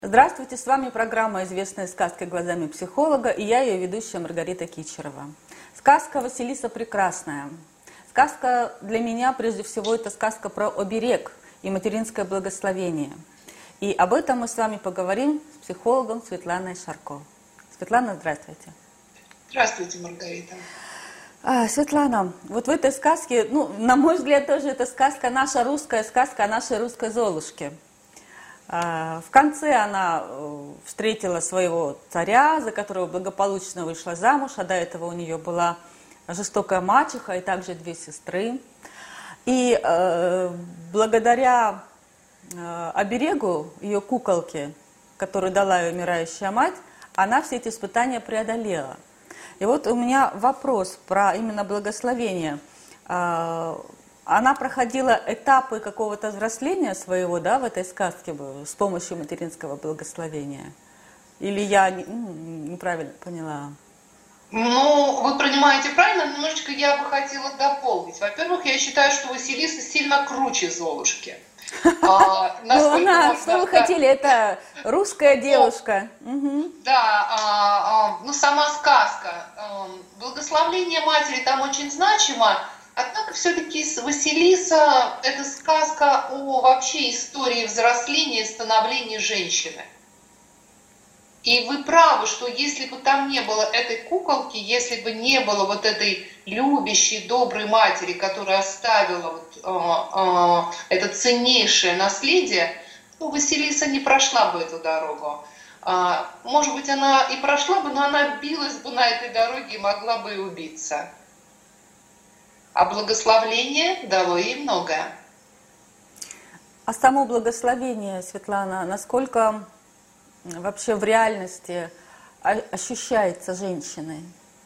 Здравствуйте, с вами программа «Известная сказка глазами психолога» и я ее ведущая Маргарита Кичерова. Сказка «Василиса Прекрасная». Сказка для меня, прежде всего, это сказка про оберег и материнское благословение. И об этом мы с вами поговорим с психологом Светланой Шарко. Светлана, здравствуйте. Здравствуйте, Маргарита. Светлана, вот в этой сказке, на мой взгляд, тоже это сказка наша русская, сказка о нашей русской Золушке. В конце она встретила своего царя, за которого благополучно вышла замуж, а до этого у нее была жестокая мачеха и также две сестры. И благодаря оберегу ее куколки, которую дала ее умирающая мать, она все эти испытания преодолела. И вот у меня вопрос про именно благословение. Она проходила этапы какого-то взросления своего, да, в этой сказке с помощью материнского благословения? Или я неправильно поняла? Вы понимаете правильно, немножечко я бы хотела дополнить. Во-первых, я считаю, что Василиса сильно круче Золушки. Что вы хотели, это русская девушка. Да, сама сказка. Благословление матери там очень значимо. Однако все-таки Василиса – это сказка о вообще истории взросления и становления женщины. И вы правы, что если бы там не было этой куколки, если бы не было вот этой любящей, доброй матери, которая оставила это ценнейшее наследие, Василиса не прошла бы эту дорогу. Может быть, она и прошла бы, но она билась бы на этой дороге и могла бы и убиться. А благословление дало ей многое. А само благословение, Светлана, насколько вообще в реальности ощущается женщиной?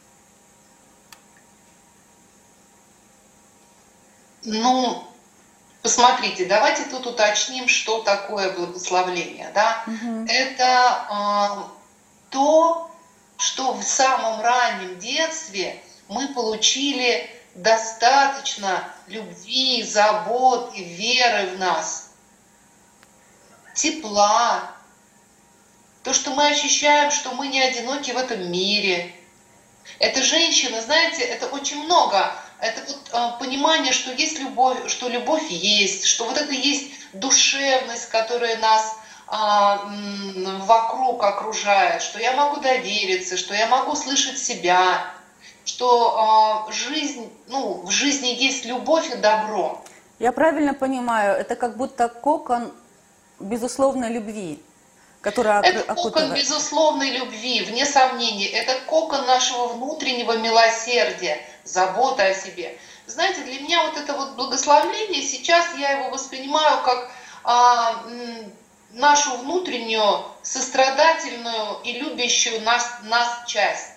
Посмотрите, давайте тут уточним, что такое благословление. Да? Это то, что в самом раннем детстве мы получили достаточно любви, забот и веры в нас, тепла, то, что мы ощущаем, что мы не одиноки в этом мире. Это женщина, знаете, это очень много. Это вот понимание, что есть любовь, что любовь есть, что вот это есть душевность, которая нас вокруг окружает, что я могу довериться, что я могу слышать себя, что в жизни есть любовь и добро. Я правильно понимаю, это как будто кокон безусловной любви, которая это кокон безусловной любви, вне сомнений. Это кокон нашего внутреннего милосердия, заботы о себе. Знаете, для меня вот это вот благословение, сейчас я его воспринимаю как нашу внутреннюю, сострадательную и любящую нас часть.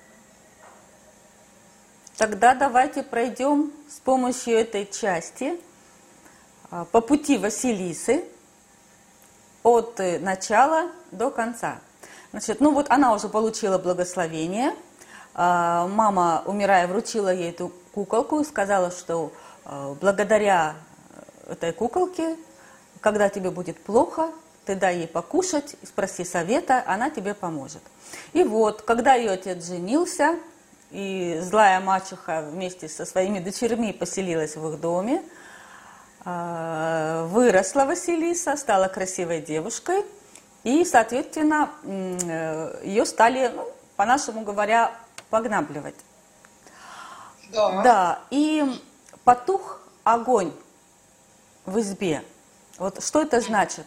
Тогда давайте пройдем с помощью этой части по пути Василисы от начала до конца. Значит, она уже получила благословение. Мама, умирая, вручила ей эту куколку и сказала, что благодаря этой куколке, когда тебе будет плохо, ты дай ей покушать, спроси совета, она тебе поможет. И вот, когда ее отец женился, и злая мачеха вместе со своими дочерьми поселилась в их доме, выросла Василиса, стала красивой девушкой, и, соответственно, ее стали, по-нашему говоря, погнабливать. Да, и потух огонь в избе. Вот что это значит?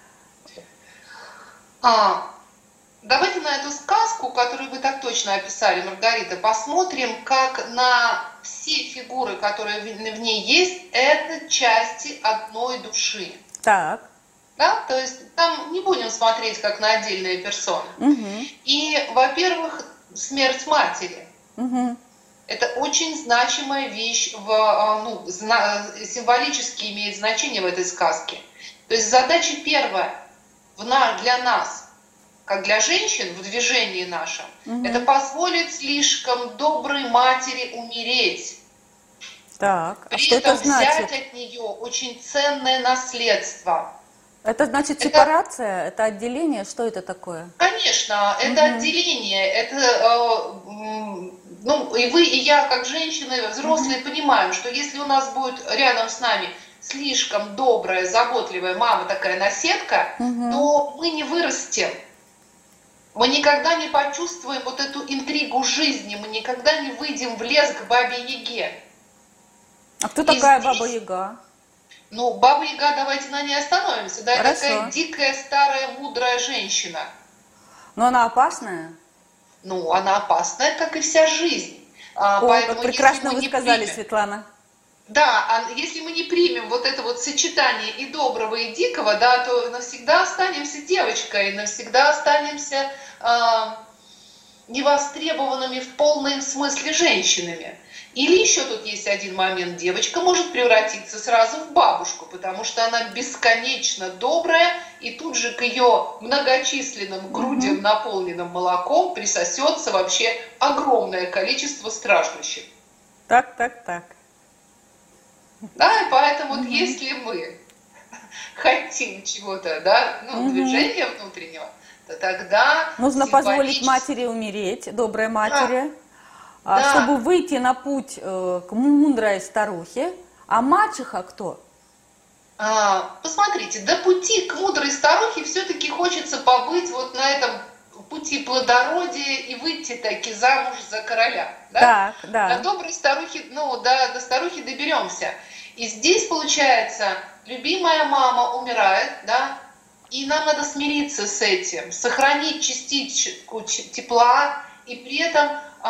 Давайте на эту сказку, которую вы так точно описали, Маргарита, посмотрим, как на все фигуры, которые в ней есть, это части одной души. Так. Да? То есть там не будем смотреть как на отдельные персоны. И, во-первых, смерть матери. Это очень значимая вещь, символически имеет значение в этой сказке. То есть задача первая для нас, как для женщин в движении нашем, это позволить слишком доброй матери умереть. Так, При этом взять от нее очень ценное наследство. Это значит Это, сепарация, это отделение, что это такое? конечно, это Угу, отделение, это, ну, и вы, и я, как женщины, угу, взрослые, понимаем, что если у нас будет рядом с нами слишком добрая, заботливая мама, такая наседка, угу. то мы не вырастем. Мы никогда не почувствуем вот эту интригу жизни, мы никогда не выйдем в лес к бабе Яге. А кто И такая Баба здесь, Яга? ну, баба Яга, давайте на ней остановимся, да, это такая Хорошо. дикая, старая, мудрая женщина. Но она опасная? Ну, она опасная, как и вся жизнь. О, как Поэтому если прекрасно мы вы не сказали, примем, Светлана. да, если мы не примем вот это вот сочетание и доброго, и дикого, да, то навсегда останемся девочкой, навсегда останемся невостребованными в полном смысле женщинами. Или еще тут есть один момент. Девочка может превратиться сразу в бабушку, потому что она бесконечно добрая, и тут же к ее многочисленным Угу, грудям, наполненным молоком, присосется вообще огромное количество страждущих. так, так, так. Да, и поэтому вот Угу, если мы хотим чего-то, да, ну, угу. движения внутреннего, то тогда Нужно позволить символически, матери умереть, доброй да, матери, чтобы да. выйти на путь к мудрой старухе. А мачеха кто? Посмотрите, до пути к мудрой старухе все-таки хочется побыть вот на этом пути плодородия и выйти таки замуж за короля. Да? Так, До да. доброй старухи, ну, до старухи доберемся. И здесь, получается, любимая мама умирает, да, и нам надо смириться с этим, сохранить частичку тепла и при этом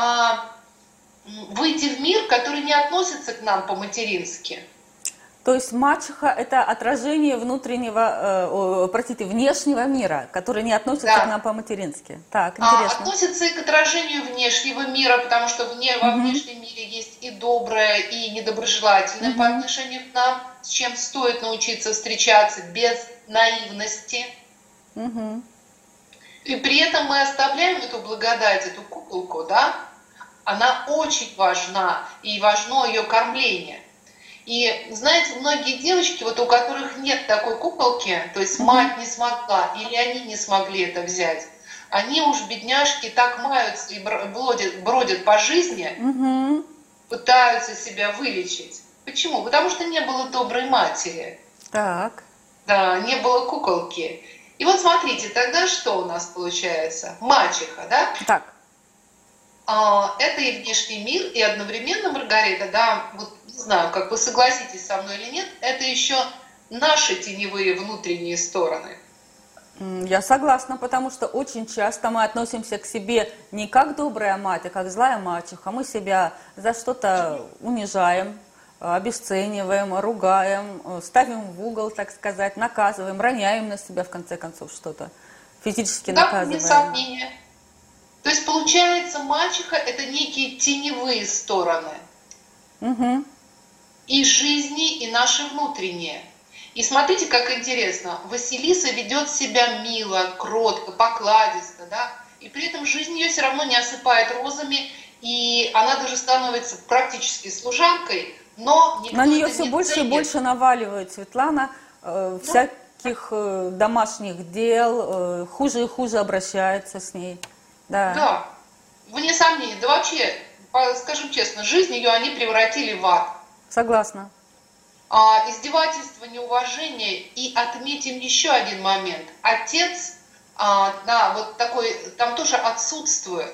выйти в мир, который не относится к нам по-матерински. То есть мачеха – это отражение внутреннего, простите, внешнего мира, который не относится к Да. нам по-матерински. Так, интересно. Относится и к отражению внешнего мира, потому что во Угу, внешнем мире есть и доброе, и недоброжелательное по угу, отношению к нам, с чем стоит научиться встречаться без наивности. угу. И при этом мы оставляем эту благодать, эту куколку, да, она очень важна, и важно ее кормление. И знаете, многие девочки, вот у которых нет такой куколки, то есть Угу, мать не смогла, или они не смогли это взять, они уж, бедняжки, так маются и бродят по жизни, угу. пытаются себя вылечить. Почему? Потому что не было доброй матери, Так, да, не было куколки. И вот смотрите, тогда что у нас получается? Мачеха, да? так. Это и внешний мир, и одновременно, Маргарита, да, вот не знаю, как вы согласитесь со мной или нет, это еще наши теневые внутренние стороны. Я согласна, потому что очень часто мы относимся к себе не как добрая мать, а как злая мачеха. Мы себя за что-то унижаем, обесцениваем, ругаем, ставим в угол, так сказать, наказываем, роняем на себя, в конце концов, что-то. Физически Да, без наказываем. сомнения. То есть получается, мачеха это некие теневые стороны Угу, и жизни, и наши внутренние. И смотрите, как интересно, Василиса ведет себя мило, кротко, покладисто, да, и при этом жизнь ее все равно не осыпает розами, и она даже становится практически служанкой, но на никто нее это все не больше и ценит. больше наваливает Светлана Да, всяких домашних дел, хуже и хуже обращается с ней. Да, да, вне сомнений, да вообще, скажем честно, жизнь ее они превратили в ад. согласна. Издевательство, неуважение. И отметим еще один момент. Отец, да, вот такой, там тоже отсутствует.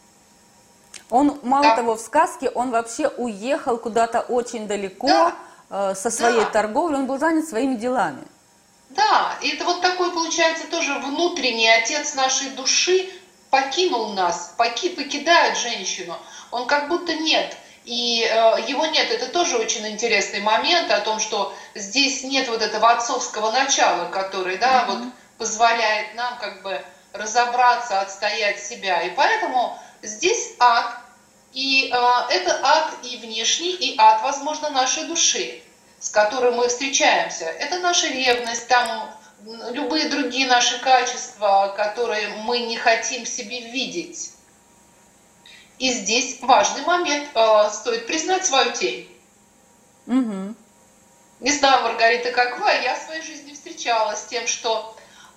Он, мало Там, того, в сказке он вообще уехал куда-то очень далеко да, со своей да, торговлей, он был занят своими делами. да. И это вот такой, получается, тоже внутренний отец нашей души покинул нас, покидает женщину. Он как будто нет. И его нет. Это тоже очень интересный момент о том, что здесь нет вот этого отцовского начала, который, да, вот Мгм. позволяет нам как бы разобраться, отстоять себя. И поэтому здесь ад. И это ад и внешний, и ад, возможно, нашей души, с которой мы встречаемся. Это наша ревность, там любые другие наши качества, которые мы не хотим в себе видеть. И здесь важный момент, стоит признать свою тень. Мгм. Не знаю, Маргарита, как вы, а я в своей жизни встречалась с тем, что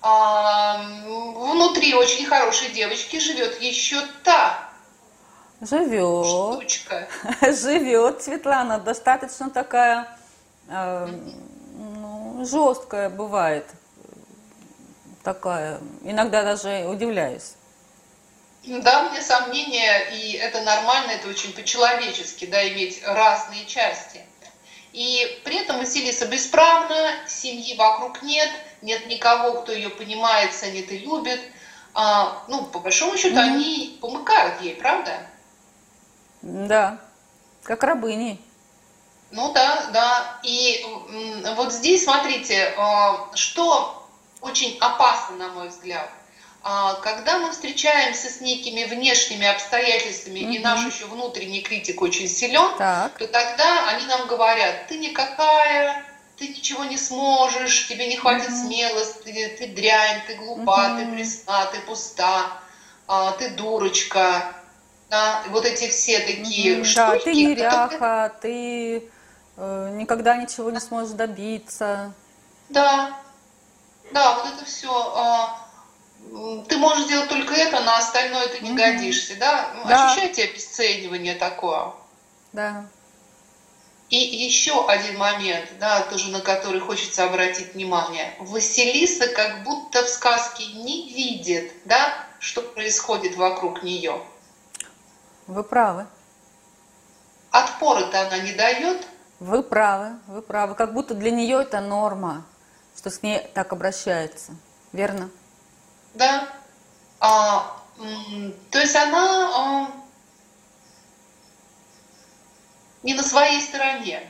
внутри очень хорошей девочки живет еще та Живет. штучка. Живет Светлана, достаточно такая, жесткая бывает. Такая. Иногда даже удивляюсь. Да, мне сомнения, и это нормально, это очень по-человечески, да, иметь разные части. И при этом Василиса бесправна, семьи вокруг нет, нет никого, кто ее понимает, ценит и любит. По большому счету, они помыкают ей, правда? Да, как рабыни. Ну да, да. И вот здесь, смотрите, что очень опасно, на мой взгляд. Когда мы встречаемся с некими внешними обстоятельствами, и наш еще внутренний критик очень силен, то тогда они нам говорят: ты никакая, ты ничего не сможешь, тебе не хватит смелости, ты дрянь, ты глупа, ты пресна, ты пуста, ты дурочка. Да, вот эти все такие штуки. Да, ты неряха, ты никогда ничего не сможешь добиться. Да, да, вот это все. Ты можешь делать только это, на остальное ты не годишься, да? Да. Ощущаете обесценивание такое? Да. И еще один момент, да, тоже на который хочется обратить внимание. Василиса как будто в сказке не видит, да, что происходит вокруг нее. Вы правы. Отпора-то она не дает. Вы правы, вы правы. Как будто для нее это норма, что с ней так обращаются. Верно? Да. То есть она не на своей стороне.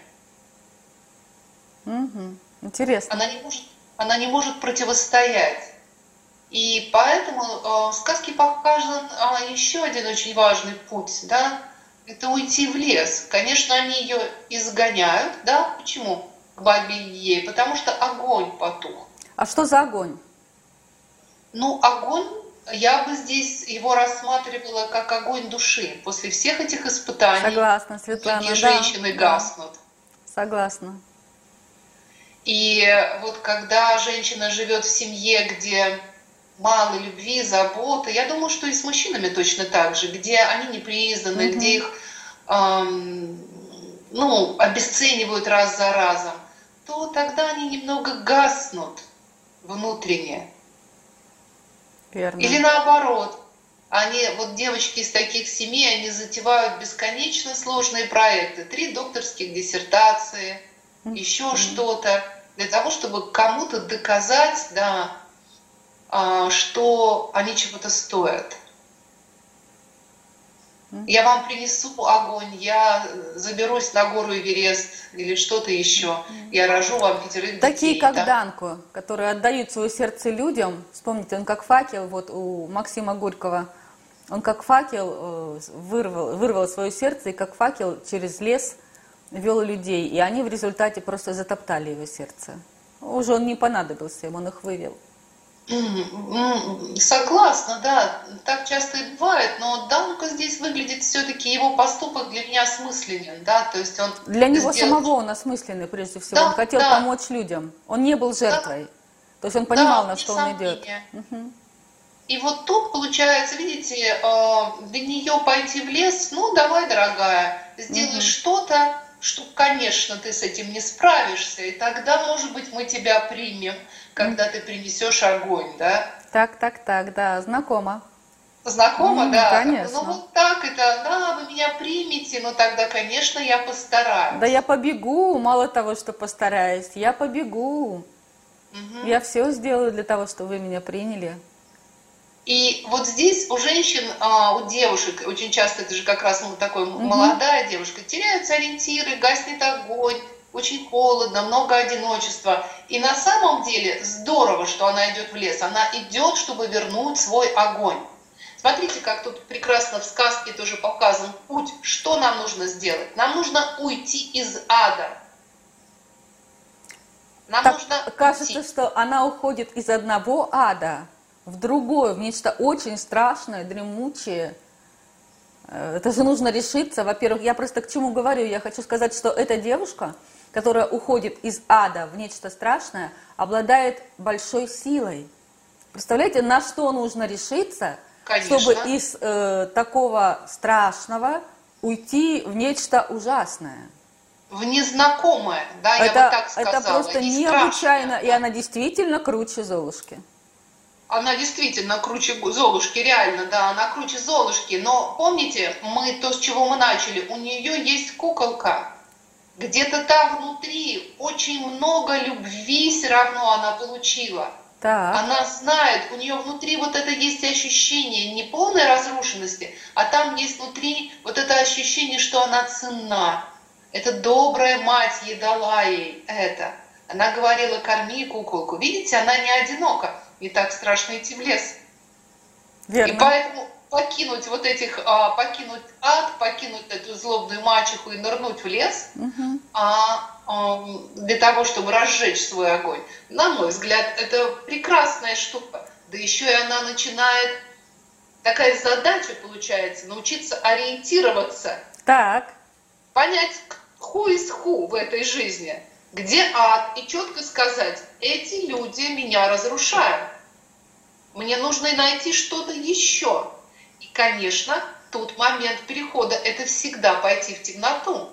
Интересно. Она не может противостоять. И поэтому в сказке показан еще один очень важный путь, да, это уйти в лес. Конечно, они ее изгоняют, да, почему? К бабе Яге, потому что огонь потух. А что за огонь? Ну, огонь, я бы здесь его рассматривала как огонь души. После всех этих испытаний Согласна, Светлана, многие женщины гаснут. Согласна. И вот когда женщина живет в семье, где мало любви, заботы, я думаю, что и с мужчинами точно так же, где они не признаны, где их обесценивают раз за разом, то тогда они немного гаснут внутренне. Верно. Или наоборот, вот девочки из таких семей, они затевают бесконечно сложные проекты, 3 докторских диссертации, еще что-то, для того, чтобы кому-то доказать, да, что они чего-то стоят. Я вам принесу огонь, я заберусь на гору Эверест или что-то еще, я рожу вам 5 детей. Такие, как да? Данко, которые отдают свое сердце людям. Вспомните, он как факел, вот у Максима Горького, он как факел вырвал свое сердце и как факел через лес вел людей. И они в результате просто затоптали его сердце. Уже он не понадобился им, он их вывел. Согласна, да, так часто и бывает, но Данко здесь выглядит все-таки, его поступок для меня осмысленен, да, то есть он... Для него самого он осмысленный прежде всего, да, он хотел помочь людям, он не был жертвой, то есть он понимал, на что он идет. И вот тут получается, видите, для нее пойти в лес, ну давай, дорогая, сделай что-то, что, конечно, ты с этим не справишься, и тогда, может быть, мы тебя примем, когда ты принесешь огонь, да? Так, да, знакомо. Знакомо, да? Конечно. Ну вот так это, да, вы меня примете, но тогда, конечно, я постараюсь. Да я побегу, мало того, что постараюсь, я побегу. Я все сделаю для того, чтобы вы меня приняли. И вот здесь у женщин, у девушек, очень часто это же как раз такой молодая девушка, теряются ориентиры, гаснет огонь, очень холодно, много одиночества. И на самом деле здорово, что она идет в лес. Она идет, чтобы вернуть свой огонь. Смотрите, как тут прекрасно в сказке тоже показан путь. Что нам нужно сделать? Нам нужно уйти из ада. Нам нужно кажется, уйти. что она уходит из одного ада в другое, в нечто очень страшное, дремучее. Это же нужно решиться. Во-первых, я просто к чему говорю? Я хочу сказать, что эта девушка, которая уходит из ада в нечто страшное, обладает большой силой. Представляете, на что нужно решиться, Конечно. чтобы из такого страшного уйти в нечто ужасное? В незнакомое, да, я бы так сказала. Это просто необычайно, и она действительно круче Золушки. Она действительно круче Золушки, реально, да, она круче Золушки. Но помните, то, с чего мы начали, у нее есть куколка. Где-то там внутри очень много любви все равно она получила. Так. Она знает, у нее внутри вот это есть ощущение не полной разрушенности, а там есть внутри вот это ощущение, что она ценна. Это добрая мать ей дала ей это. Она говорила: корми куколку. Видите, она не одинока. Не так страшно идти в лес. Верно. И поэтому покинуть ад, покинуть эту злобную мачеху и нырнуть в лес, для того, чтобы разжечь свой огонь, на мой взгляд, это прекрасная штука. Да еще и она начинает, такая задача получается, научиться ориентироваться. Так. Понять, who is who в этой жизни. Где ад, и четко сказать: эти люди меня разрушают. Мне нужно найти что-то еще. И, конечно, тут момент перехода – это всегда пойти в темноту.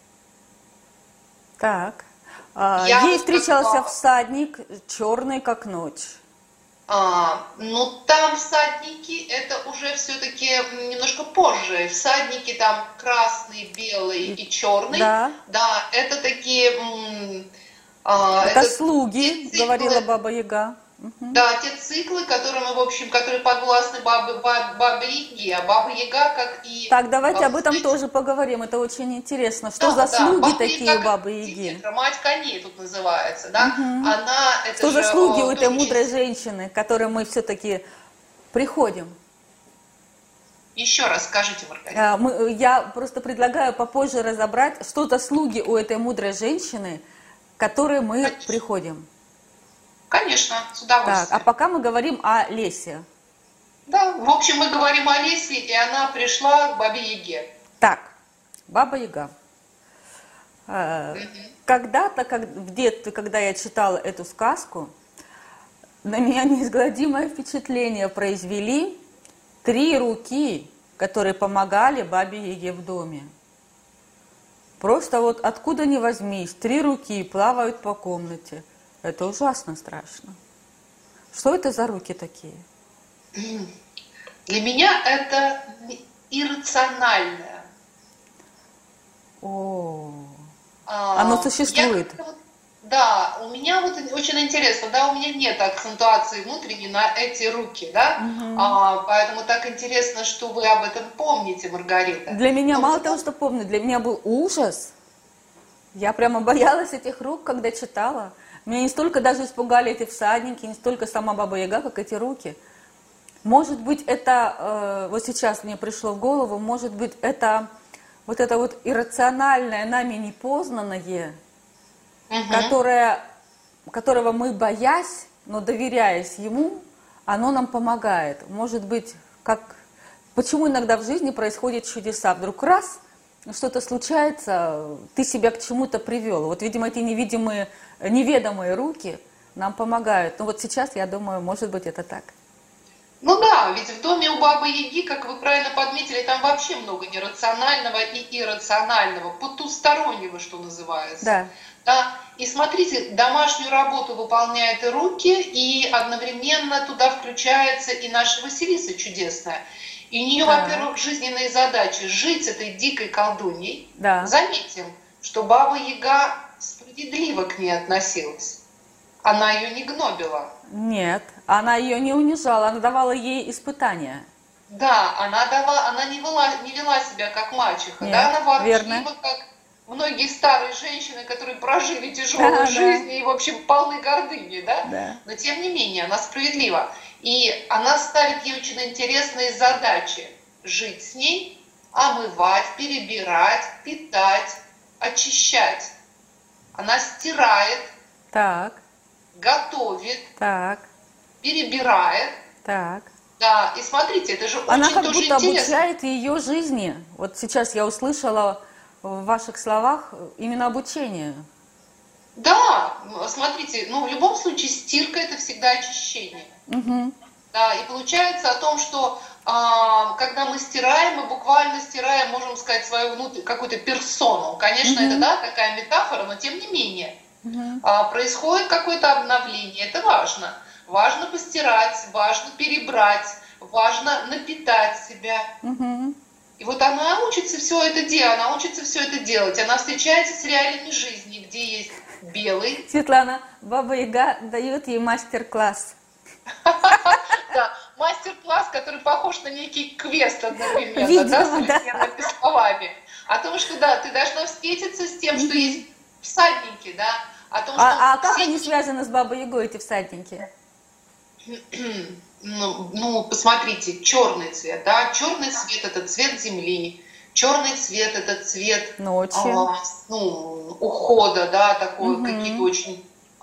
Так. Я Ей вот встречался всадник, черный как ночь. Ну, там всадники, это уже все-таки немножко позже. Всадники там красный, белый и черный. Да. Да, это такие... Это слуги, говорила Баба Яга. Да, те циклы, которые подвластны Бабе Яге, а Баба Яга, как и... Так, давайте об этом тоже поговорим, это очень интересно. Что за слуги такие у Бабы Яги? Мать коней тут называется, да? Что за слуги у этой мудрой женщины, к которой мы все-таки приходим? Еще раз скажите, Маргарита. Я просто предлагаю попозже разобрать, что за слуги у этой мудрой женщины, к которой мы приходим. Конечно, с удовольствием. Так, а пока мы говорим о лесе. Да, в общем, мы говорим о лесе, и она пришла к Бабе Яге. Так, Баба Яга. Когда-то, в детстве, когда я читала эту сказку, на меня неизгладимое впечатление произвели 3 руки, которые помогали Бабе Яге в доме. Просто вот откуда ни возьмись, 3 руки плавают по комнате. Это ужасно страшно. Что это за руки такие? Для меня это иррациональное. Оно существует. Да, у меня вот очень интересно, да, у меня нет акцентуации внутренней на эти руки, да, поэтому так интересно, что вы об этом помните, Маргарита. Для меня мало того, что помню, для меня был ужас. Я прямо боялась этих рук, когда читала. Меня не столько даже испугали эти всадники, не столько сама Баба Яга, как эти руки. Может быть, это, вот сейчас мне пришло в голову, может быть, это вот иррациональное, нами непознанное, которого мы, боясь, но доверяясь ему, оно нам помогает. Может быть, почему иногда в жизни происходят чудеса? Вдруг раз, что-то случается, ты себя к чему-то привел. Вот, видимо, эти неведомые руки нам помогают. Ну вот сейчас, я думаю, может быть, это так. Ну да, ведь в доме у Бабы Яги, как вы правильно подметили, там вообще много нерационального и иррационального, потустороннего, что называется. Да. Да. И смотрите, домашнюю работу выполняют и руки, и одновременно туда включается и наша Василиса чудесная. И у нее, во-первых, жизненные задачи жить с этой дикой колдуньей. Да. Заметим, что Баба Яга справедливо к ней относилась. Она ее не гнобила. Нет, она ее не унижала, она давала ей испытания. Да, она не вела себя как мачеха. Нет, да, она ворчлива, верно. как многие старые женщины, которые прожили тяжелую жизнь и, в общем, полны гордыни, да? Да. Но, тем не менее, она справедлива. И она ставит ей очень интересные задачи. Жить с ней, омывать, перебирать, питать, очищать. Она стирает, Так, готовит, так, перебирает. так. Да, и смотрите, это же Она очень как тоже будто интересно. обучает ее жизни. Вот сейчас я услышала в ваших словах именно обучение. Да, смотрите, ну, в любом случае стирка это всегда очищение. Угу. Да, и получается о том, что когда мы стираем, мы буквально стираем, можем сказать, свою какую-то персону. Конечно, это, да, такая метафора, но тем не менее. Происходит какое-то обновление, это важно. Важно постирать, важно перебрать, важно напитать себя. И вот она учится все это делать, она учится все это делать. Она встречается с реалиями жизни, где есть белый. Светлана, Баба Яга дает ей мастер-класс. Да, мастер-класс, который похож на некий квест одновременно, Видимо, да, современными словами. О том, что, да, ты должна встретиться с тем, что есть всадники, да. О том, что как они связаны с Бабой Ягой, эти всадники? Ну, посмотрите, черный цвет, да, черный цвет это цвет земли, черный цвет это цвет ночи, ухода, да, такой какие-то очень,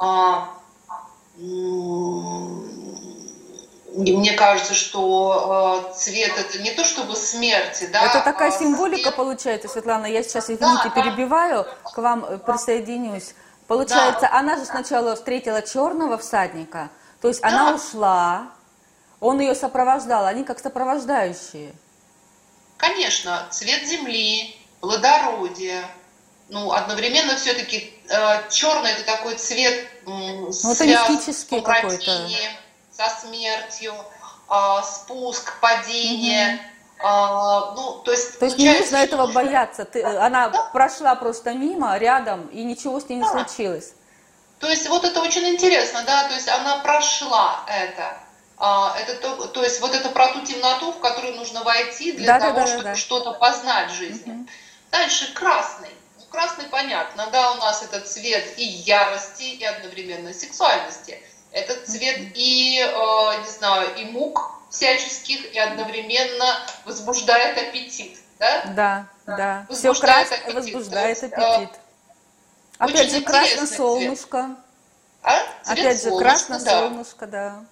мне кажется, что цвет это не то чтобы смерти, да. Это такая символика получается, Светлана, я сейчас, извините, перебиваю, к вам присоединюсь. Получается, она же сначала встретила черного всадника, то есть она ушла, он ее сопровождал, они как сопровождающие. Конечно, цвет земли, плодородие. Ну, одновременно все-таки черный это такой цвет, связан с умиротворением, со смертью, спуск, падение. Ну, то есть не нужно этого бояться. Она прошла просто мимо, рядом, и ничего с ней не случилось. То есть вот это очень интересно, да, то есть она прошла это. То есть вот это про ту темноту, в которую нужно войти для того, чтобы что-то познать в жизни. Дальше красный. Ну, красный понятно, да, у нас это цвет и ярости, и одновременно сексуальности. Это цвет и, не знаю, и мук всяческих, и одновременно возбуждает аппетит, да? Да. Все красное возбуждает аппетит. Опять же, красное солнышко. Опять же, красное солнышко, да.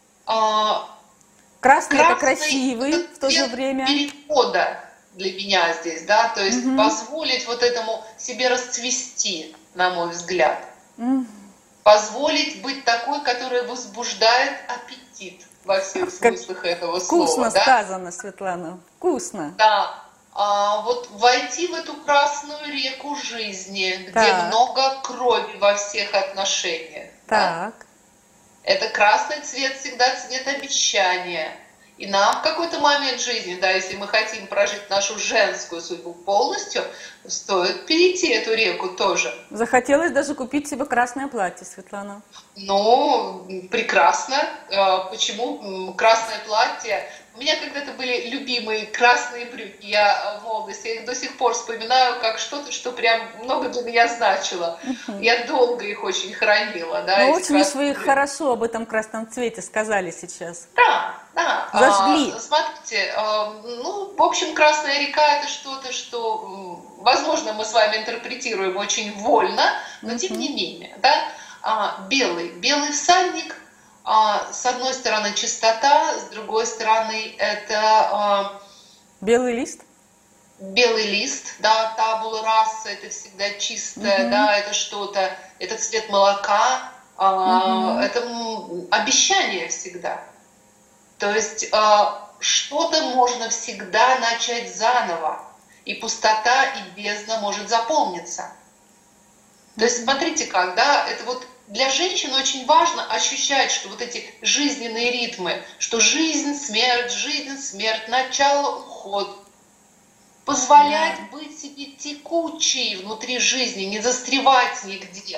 Красный это красивый в то же время. Перехода для меня здесь, да, то есть позволить вот этому себе расцвести, на мой взгляд. Позволить быть такой, которая возбуждает аппетит во всех смыслах этого слова. Вкусно сказано, Светлана, вкусно. Да. Вот войти в эту красную реку жизни, где много крови во всех отношениях. Так. Да? Это красный цвет всегда цвет обещания. И нам в какой-то момент жизни, да, если мы хотим прожить нашу женскую судьбу полностью, стоит перейти эту реку тоже. Захотелось даже купить себе красное платье, Светлана. Ну, прекрасно. Почему красное платье? У меня когда-то были любимые красные брюки. Я в молодости, я их до сих пор вспоминаю как что-то, что прям много для меня значило. Я долго их очень хранила. Да, ну, очень уж вы хорошо об этом красном цвете сказали сейчас. Да. Зажгли. Смотрите, ну, в общем, Красная река это что-то, что, возможно, мы с вами интерпретируем очень вольно, но тем не менее, да, белый всадник, с одной стороны чистота, с другой стороны это... белый лист? Белый лист, да, табула раса, это всегда чистое, да, это что-то, это цвет молока, это обещание всегда. То есть что-то можно всегда начать заново, и пустота, и бездна может заполниться. То есть смотрите как, да, это вот для женщин очень важно ощущать, что вот эти жизненные ритмы, что жизнь, смерть, начало, уход, позволять быть себе текучей внутри жизни, не застревать нигде.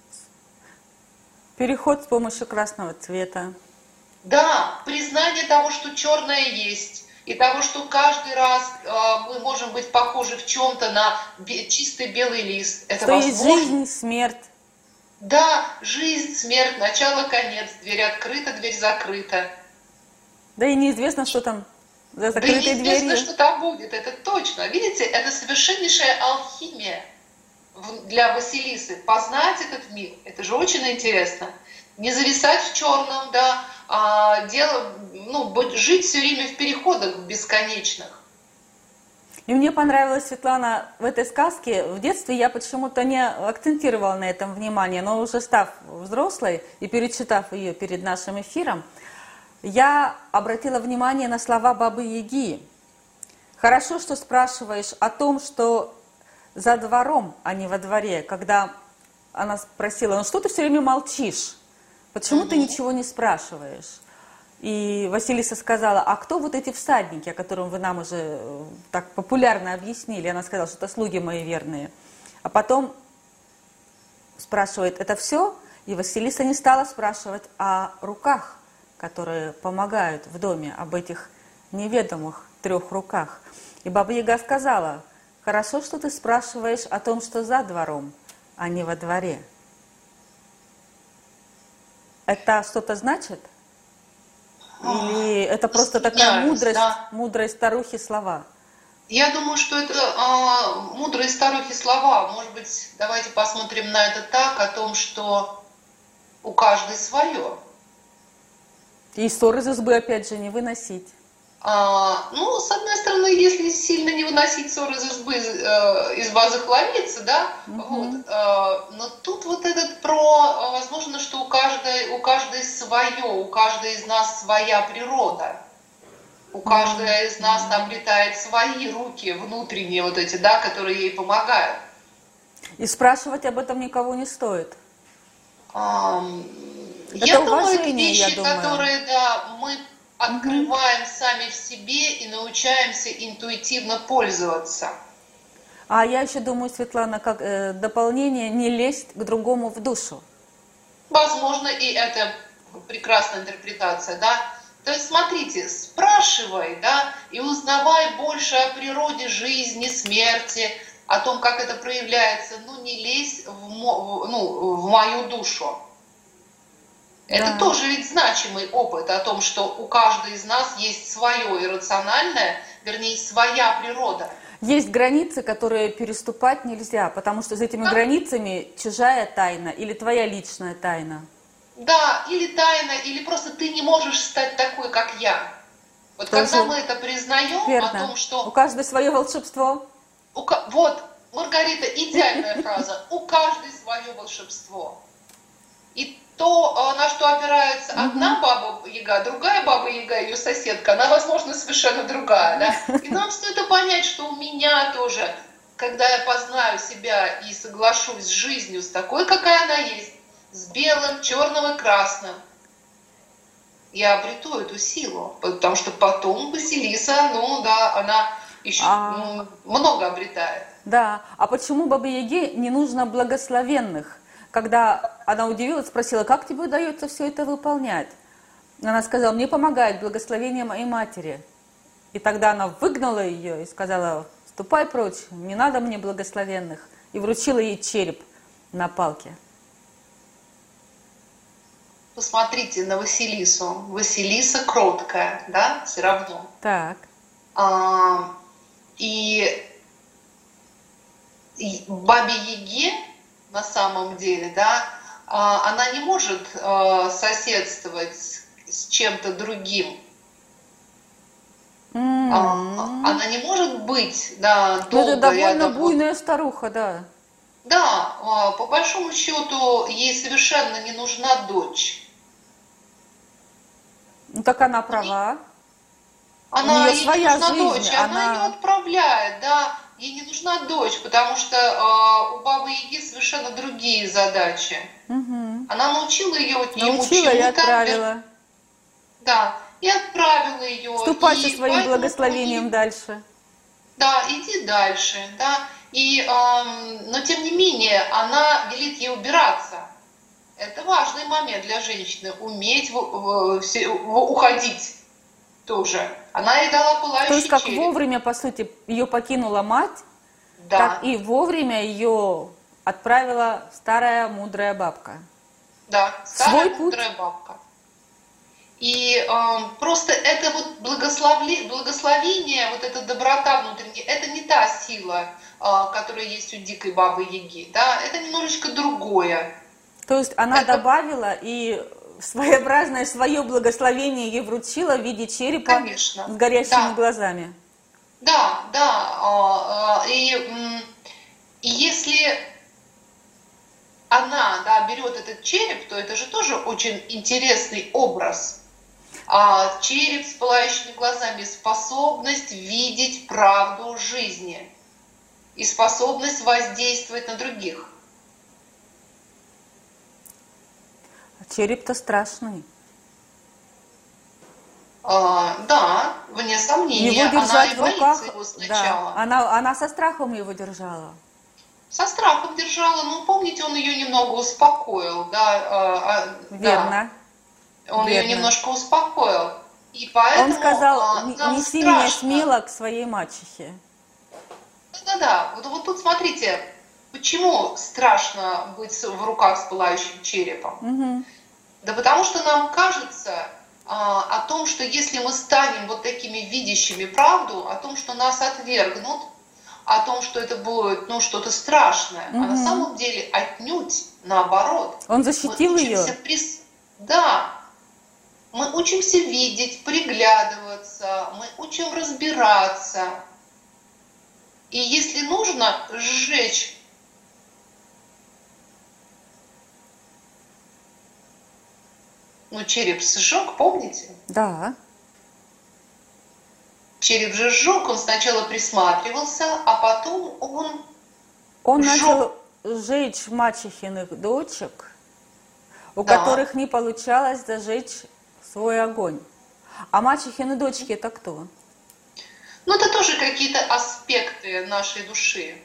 Переход с помощью красного цвета. Да, признание того, что черное есть, и того, что каждый раз мы можем быть похожи в чем-то на чистый белый лист. Это что возможно. Есть жизнь, смерть. Да, жизнь, смерть, начало, конец, дверь открыта, дверь закрыта. Да и неизвестно, что там за закрытой дверью. Да и неизвестно, что там будет, это точно. Видите, это совершеннейшая алхимия для Василисы. Познать этот мир, это же очень интересно. Не зависать в черном, да, жить все время в переходах бесконечных. И мне понравилось, Светлана, в этой сказке. В детстве я почему-то не акцентировала на этом внимание, но уже став взрослой и перечитав ее перед нашим эфиром, я обратила внимание на слова Бабы-Яги. Хорошо, что спрашиваешь о том, что за двором, а не во дворе, когда она спросила, ну что ты все время молчишь? Почему ты ничего не спрашиваешь? И Василиса сказала, а кто вот эти всадники, о которых вы нам уже так популярно объяснили? Она сказала, что это слуги мои верные. А потом спрашивает, это все? И Василиса не стала спрашивать о руках, которые помогают в доме, об этих неведомых 3 руках. И Баба-Яга сказала, хорошо, что ты спрашиваешь о том, что за двором, а не во дворе. Это что-то значит? Или это просто такая мудрость, да, мудрой старухи слова? Я думаю, что это мудрые старухи слова. Может быть, давайте посмотрим на это так, о том, что у каждой свое. И ссоры из избы, опять же, не выносить. Ну, с одной стороны, если сильно не выносить ссоры из избы, изба захламится, да, вот. Но тут вот этот возможно, что у каждой свое, у каждой из нас своя природа. У каждой из нас обретает свои руки внутренние вот эти, да, которые ей помогают. И спрашивать об этом никого не стоит. Я думаю, это вещи, которые, да, мы открываем сами в себе и научаемся интуитивно пользоваться. А я еще думаю, Светлана, как дополнение, не лезть к другому в душу. Возможно, и это прекрасная интерпретация, да. То есть, смотрите, спрашивай, да, и узнавай больше о природе жизни, смерти, о том, как это проявляется, но не лезь в мою душу. Это тоже ведь значимый опыт о том, что у каждой из нас есть свое иррациональное, вернее, своя природа. Есть границы, которые переступать нельзя, потому что за этими границами чужая тайна или твоя личная тайна. Да, или тайна, или просто ты не можешь стать такой, как я. Вот тоже когда мы это признаем, верно, о том, что... У каждой свое волшебство. Вот, Маргарита, идеальная фраза. У каждой свое волшебство. И то, на что опирается одна Баба-Яга, другая Баба-Яга, ее соседка, она, возможно, совершенно другая. Да? И нам стоит понять, что у меня тоже, когда я познаю себя и соглашусь с жизнью, с такой, какая она есть, с белым, черным и красным, я обрету эту силу. Потому что потом Василиса, ну да, она еще много обретает. Да, а почему Бабе-Яге не нужно благословенных? Когда она удивилась, спросила, как тебе удается все это выполнять? Она сказала, мне помогает благословение моей матери. И тогда она выгнала ее и сказала, ступай прочь, не надо мне благословенных. И вручила ей череп на палке. Посмотрите на Василису. Василиса кроткая, да, все равно. Так. И Бабе-Яге на самом деле, да, она не может соседствовать с чем-то другим. Она не может быть, да, долго. Это довольно буйная старуха, да. Да, по большому счету ей совершенно не нужна дочь. Ну так она права. Она, ей своя не нужна жизнь, дочь, она ее отправляет, да. Ей не нужна дочь, потому что у Бабы-Яги совершенно другие задачи. Она научила ее научила и отправила. Да, и отправила ее. Ступай со своим благословением дальше. Да, иди дальше, да. Но тем не менее, она велит ей убираться. Это важный момент для женщины, уметь уходить тоже. Она ей дала пылающий череп. То есть, как вовремя, по сути, ее покинула мать, да, так и вовремя ее отправила старая мудрая бабка. Да, старая мудрая бабка. И просто это вот благословение, вот эта доброта внутренняя, это не та сила, которая есть у дикой Бабы-Яги, да, это немножечко другое. То есть она добавила и своеобразное свое благословение ей вручила в виде черепа, конечно, с горящими глазами. Да, да. И если она, да, берет этот череп, то это же тоже очень интересный образ. Череп с пылающими глазами, способность видеть правду жизни и способность воздействовать на других. Череп-то страшный. Да, вне сомнения, Его она держать и в руках, боится его да, сначала. она со страхом его держала. Со страхом держала, ну, помните, он ее немного успокоил, да, да, Верно, он ее верно. немножко успокоил. И Он поэтому сказал, нам неси меня страшно. смело к своей мачехе. Да-да-да, вот тут смотрите, почему страшно быть в руках с пылающим черепом? Угу. Да потому что нам кажется о том, что если мы станем вот такими видящими правду, о том, что нас отвергнут, о том, что это будет, ну, что-то страшное, а на Угу. самом деле отнюдь наоборот. Он Мы защитил учимся ее. Да, мы учимся видеть, приглядываться, мы учим разбираться. И если нужно, сжечь. Ну, череп сжег, помните? Да. Череп же сжег, он сначала присматривался, а потом он Он сжег. начал сжечь мачехиных дочек, у Да. которых не получалось зажечь свой огонь. А мачехины дочки это кто? Но это тоже какие-то аспекты нашей души.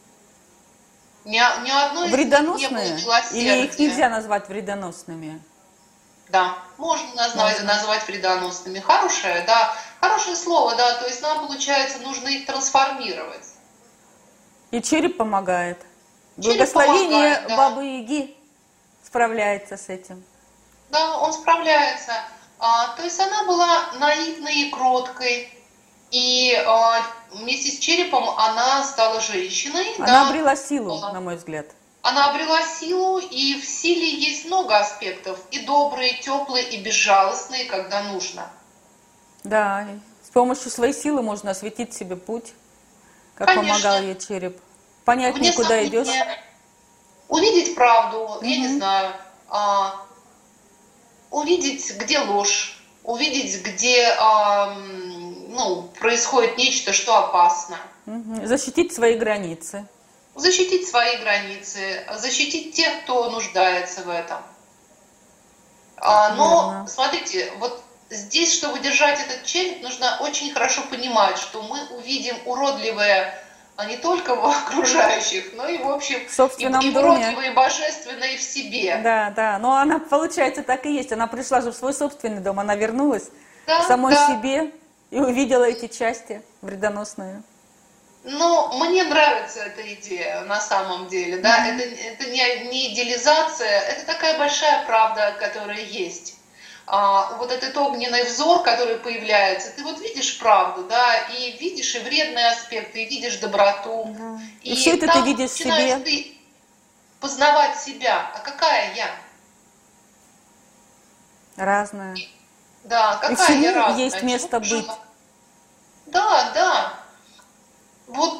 Ни одной из них не было Вредоносные? Или их нельзя милосердия. назвать вредоносными? Да, можно Можно. назвать вредоносными. Хорошее, да, хорошее слово, да, то есть нам, получается, нужно их трансформировать. И череп помогает. Череп помогает, Благословение да. Бабы-Яги справляется с этим. Да, он справляется. То есть она была наивной и кроткой, и вместе с черепом она стала женщиной, Она да. обрела силу, А, на мой взгляд. Она обрела силу, и в силе есть много аспектов, и добрые, и теплые, и безжалостные, когда нужно. Да, и с помощью своей силы можно осветить себе путь, как помогал Конечно, ей череп. Понятнее, вне куда идешь. сомнения, увидеть правду, я не Мгм. знаю, увидеть, где ложь, увидеть, где ну, происходит нечто, что опасно. Мгм. Защитить свои границы. Защитить свои границы, защитить тех, кто нуждается в этом. Но, Верно. смотрите, вот здесь, чтобы держать этот череп, нужно очень хорошо понимать, что мы увидим уродливое не только в окружающих, но и в общем, В и собственном доме. уродливое, и божественное в себе. Да, да. Но она, получается, так и есть. Она пришла же в свой собственный дом. Она вернулась к Да, самой да. себе и увидела эти части вредоносные. Но мне нравится эта идея на самом деле, да, Мгм. это не идеализация, это такая большая правда, которая есть. Вот этот огненный взор, который появляется, ты вот видишь правду, да, и видишь и вредные аспекты, и видишь доброту, Да. И все и это ты там видишь в начинаешь себе. ты познавать себя, а какая я, Разное. да, И какая я всему есть разная, чего место быть. жила. Да, да. Вот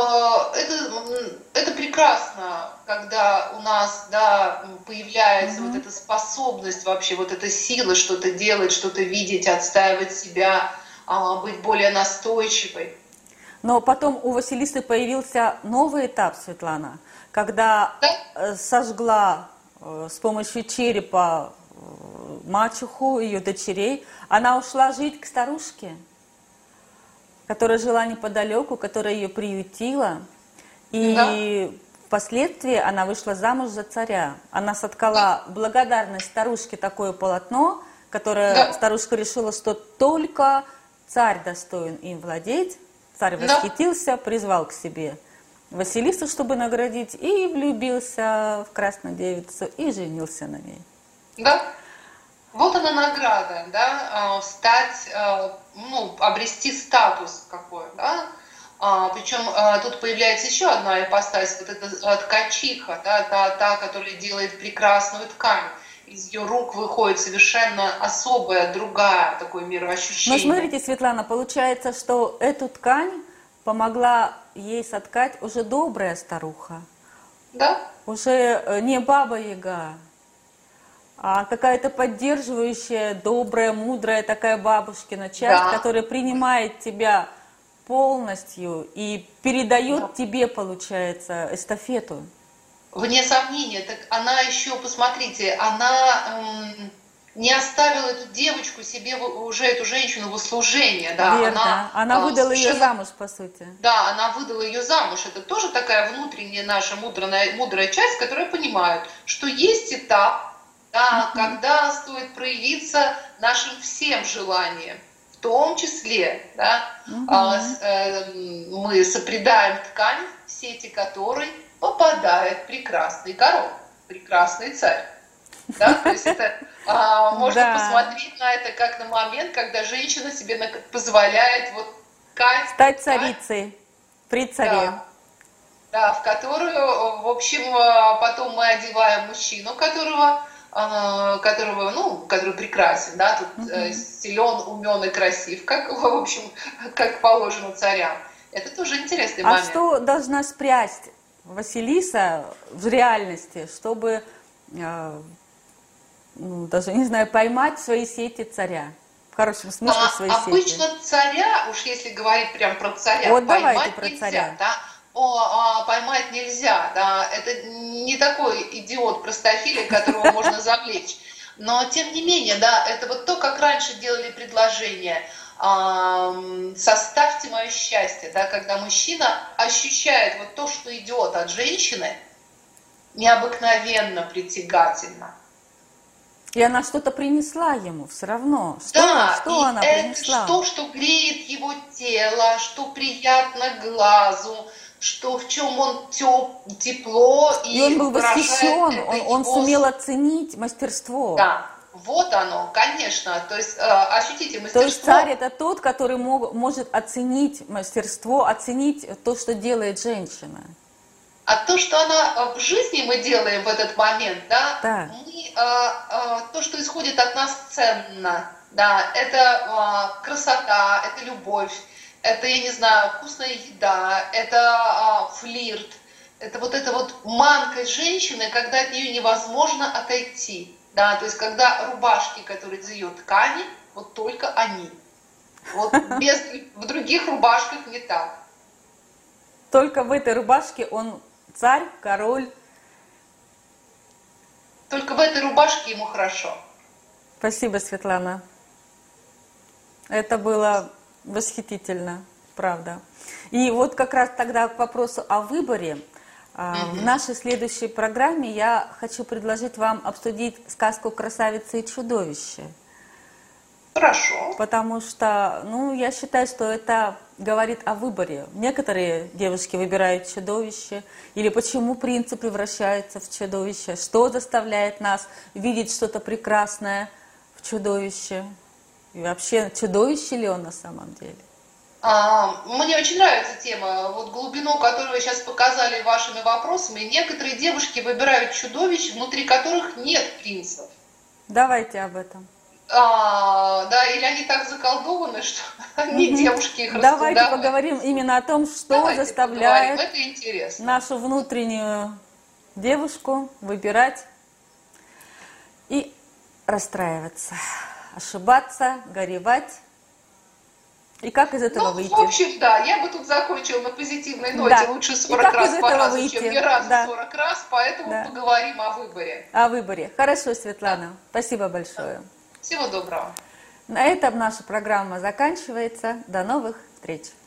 это прекрасно, когда у нас, да, появляется вот Мгм. эта способность вообще, вот эта сила что-то делать, что-то видеть, отстаивать себя, быть более настойчивой. Но потом у Василисы появился новый этап, Светлана, когда Да? сожгла с помощью черепа мачеху, ее дочерей. Она ушла жить к старушке, которая жила неподалеку, которая ее приютила. Да? И впоследствии она вышла замуж за царя. Она Да? соткала в благодарность старушке такое полотно, которое Да? старушка решила, что только царь достоин им владеть. Царь Да? восхитился, призвал к себе Василису, чтобы наградить, и влюбился в красную девицу и женился на ней. Да? Вот она награда, да, стать, ну, обрести статус какой, да. Причем тут появляется еще одна ипостась, вот эта ткачиха, да, та, которая делает прекрасную ткань. из ее рук выходит совершенно особое, другое такое мироощущение. Но смотрите, Светлана, получается, что эту ткань помогла ей соткать уже добрая старуха. Да? Уже не Баба-Яга, а какая-то поддерживающая, добрая, мудрая такая бабушкина часть, Да. которая принимает тебя полностью и передает тебе, получается, эстафету. Вне сомнения, так она еще, посмотрите, она не оставила эту девочку себе, уже эту женщину в услужение. Да? Верно. Она выдала ее совершенно... замуж, по сути. Да, она выдала ее замуж. Это тоже такая внутренняя наша мудрая часть, которая понимает, что есть этап, да, когда стоит проявиться нашим всем желанием. В том числе, да, мы сопредаем ткань, в сети которой попадает прекрасный король, прекрасный царь. Да? То есть это можно посмотреть на это как на момент, когда женщина себе позволяет вот стать царицей при царе. Да, в которую, в общем, потом мы одеваем мужчину, который прекрасен, да, тут силен, умен и красив, как, в общем, как положено царям. Это тоже интересный момент. А что должна спрячь Василиса в реальности, чтобы, даже не знаю, поймать в свои сети царя? В хорошем смысле свои сети. Обычно царя, уж если говорить прям про царя, вот поймать про нельзя, царя. Да? Поймать нельзя, да, это не такой идиот-простофилик, которого можно завлечь. Но, тем не менее, да, это вот то, как раньше делали предложение, составьте мое счастье, да, когда мужчина ощущает вот то, что идет от женщины, необыкновенно притягательно. И она что-то принесла ему все равно. Что она принесла? Это что греет его тело, что приятно глазу, что в чем он тепло и он был восхищен, он сумел оценить мастерство. Да, вот оно, конечно. То есть ощутите мастерство. То есть царь это тот, который может оценить мастерство, оценить то, что делает женщина. А то, что она в жизни мы делаем в этот момент, да. То, что исходит от нас, ценно. Да, это красота, это любовь. Это, я не знаю, вкусная еда, это флирт, это вот манка женщины, когда от нее невозможно отойти. Да, то есть когда рубашки, которые из ее ткани, вот только они. Вот в других рубашках не так. Только в этой рубашке он царь, король. Только в этой рубашке ему хорошо. Спасибо, Светлана. Это было восхитительно, правда. И вот как раз тогда к вопросу о выборе. В нашей следующей программе я хочу предложить вам обсудить сказку «Красавица и чудовище». Хорошо. Потому что, я считаю, что это говорит о выборе. Некоторые девушки выбирают чудовище, или почему принцы превращаются в чудовище, что заставляет нас видеть что-то прекрасное в чудовище. И вообще, чудовище ли он на самом деле? Мне очень нравится тема, вот глубину, которую вы сейчас показали вашими вопросами. Некоторые девушки выбирают чудовищ, внутри которых нет принцев. Давайте об этом. Да, или они так заколдованы, что не девушки их расколдовали. Давайте поговорим именно о том, что заставляет это нашу внутреннюю девушку выбирать и расстраиваться, ошибаться, горевать. И как из этого выйти? В общем, да, я бы тут закончила на позитивной ноте. Да. Лучше 40 раз по разу, чем ни разу 40 раз, поэтому поговорим о выборе. О выборе. Хорошо, Светлана. Спасибо большое. Всего доброго. На этом наша программа заканчивается. До новых встреч.